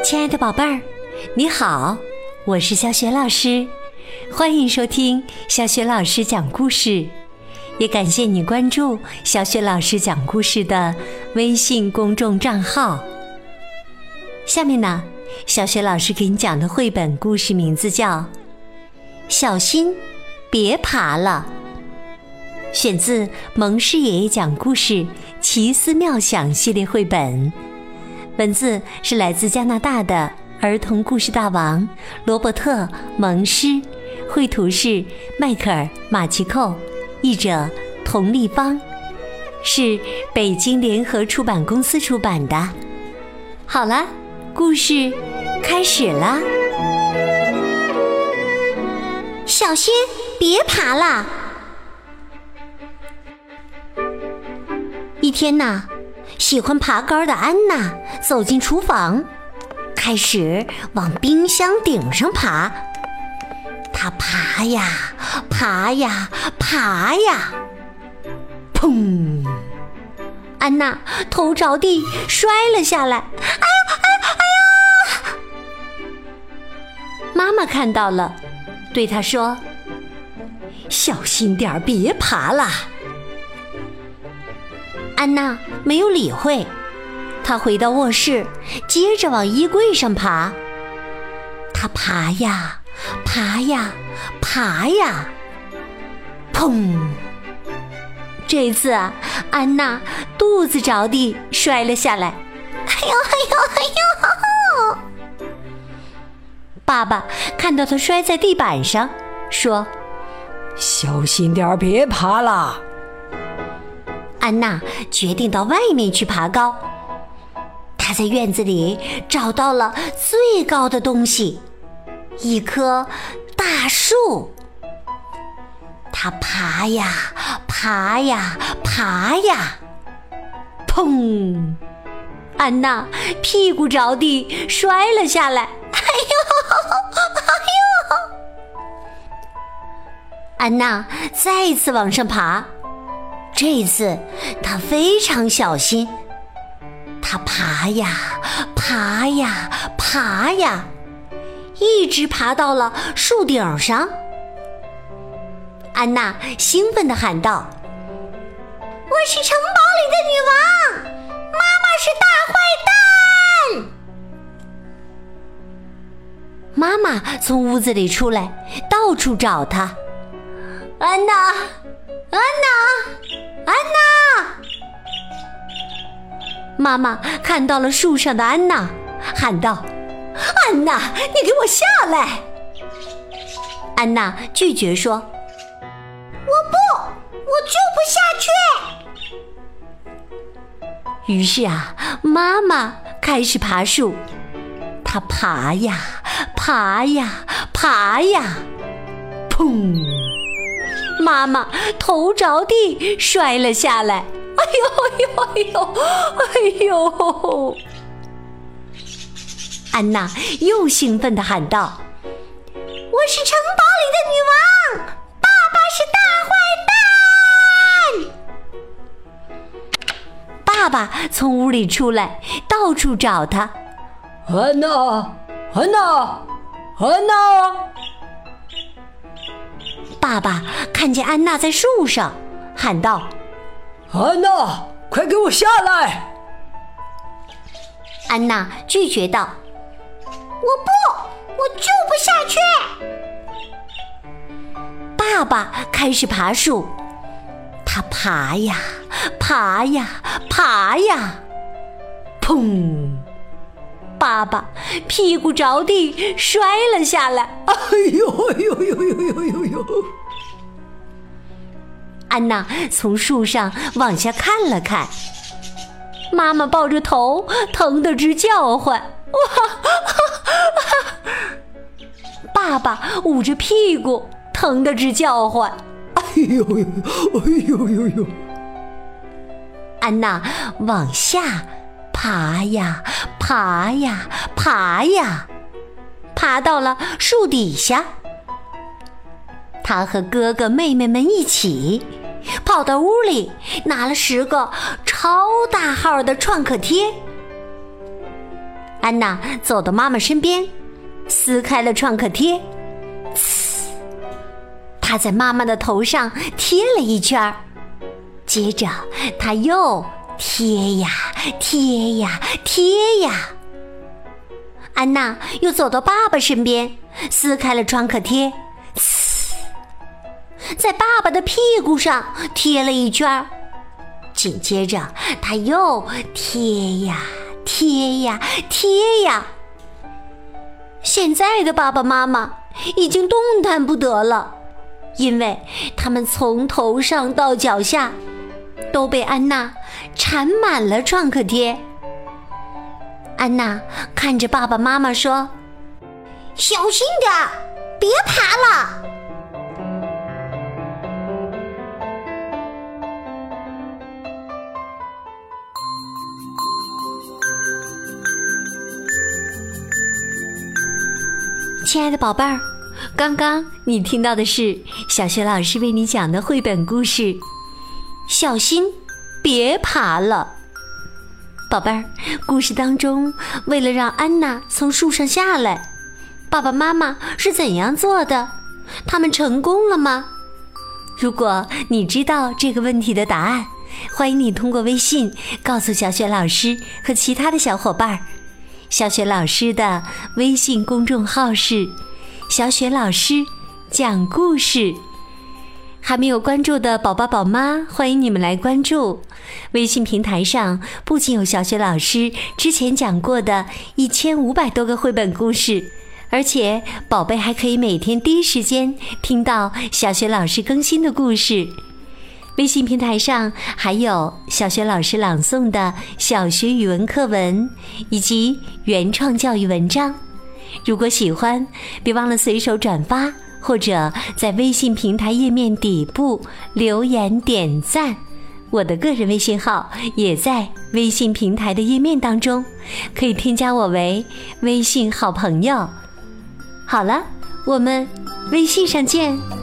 亲爱的宝贝儿，你好，我是小雪老师，欢迎收听小雪老师讲故事，也感谢你关注小雪老师讲故事的微信公众账号。下面呢，小雪老师给你讲的绘本故事名字叫《小心别爬了》，选自蒙氏爷爷讲故事奇思妙想系列绘本，文字是来自加拿大的儿童故事大王罗伯特·蒙施，绘图是迈克尔·马奇寇，译者童丽芳，是北京联合出版公司出版的。好了，故事开始了。 小心别爬了。一天呐，喜欢爬杆的安娜走进厨房，开始往冰箱顶上爬。她爬呀爬呀爬呀，砰！安娜头着地摔了下来。哎呀哎呀哎呀！ 妈妈看到了，对她说：“小心点，别爬了。” 安娜没有理会，她回到卧室，接着往衣柜上爬。她爬呀爬呀爬呀，砰！这次啊，安娜肚子着地摔了下来。哎呦哎呦哎呦！爸爸看到她摔在地板上，说：“ 小心点，别爬了。” 安娜决定到外面去爬高。她在院子里找到了最高的东西，一棵大树。她爬呀爬呀爬呀，砰！安娜屁股着地摔了下来。哎呦哎呦！安娜再次往上爬，这次她非常小心。她爬呀爬呀爬呀，一直爬到了树顶上。安娜兴奋地喊道：“我是城堡里的女王，妈妈是大坏蛋！”妈妈从屋子里出来，到处找她。安娜，安娜，安娜！妈妈看到了树上的安娜，喊道：“安娜，你给我下来！”安娜拒绝说：“我就不下去。”于是啊，妈妈开始爬树。她爬呀爬呀爬呀，砰！妈妈头着地摔了下来。哎呦哎呦哎呦哎呦！安娜又兴奋地喊道：“我是城堡里的女王，爸爸是大坏蛋！”爸爸从屋里出来，到处找她。 安娜，安娜，安娜！ 爸爸看见安娜在树上，喊道：“ 安娜，快给我下来！” 安娜拒绝道：“我就不下去。”爸爸开始爬树，他爬呀爬呀爬呀，砰！爸爸屁股着地摔了下来。 哎呦哎呦呦呦呦呦呦！ 安娜从树上往下看了看，妈妈抱着头，疼得直叫唤。哇！爸爸捂着屁股，疼得直叫唤。 哎呦呦哎呦呦呦！ 安娜往下爬呀爬呀爬呀，爬到了树底下。她和哥哥妹妹们一起跑到屋里，拿了10个超大号的创可贴。 安娜走到妈妈身边，撕开了创可贴，她在妈妈的头上贴了一圈，接着她又贴呀贴呀贴呀。安娜又走到爸爸身边，撕开了创可贴，在爸爸的屁股上贴了一圈，紧接着她又贴呀贴呀贴呀。现在的爸爸妈妈已经动弹不得了，因为他们从头上到脚下都被安娜缠满了创可贴。安娜看着爸爸妈妈说：“小心点，别爬了。” 亲爱的宝贝儿，刚刚你听到的是小雪老师为你讲的绘本故事《小心别爬了》。宝贝儿，故事当中为了让安娜从树上下来，爸爸妈妈是怎样做的？他们成功了吗？如果你知道这个问题的答案，欢迎你通过微信告诉小雪老师和其他的小伙伴。小雪老师的微信公众号是小雪老师讲故事，还没有关注的宝宝宝妈，欢迎你们来关注。微信平台上不仅有小雪老师之前讲过的1500多个绘本故事，而且宝贝还可以每天第一时间听到小雪老师更新的故事。微信平台上还有小雪老师朗诵的小学语文课文以及原创教育文章。如果喜欢，别忘了随手转发，或者在微信平台页面底部留言点赞。我的个人微信号也在微信平台的页面当中，可以添加我为微信好朋友。好了，我们微信上见。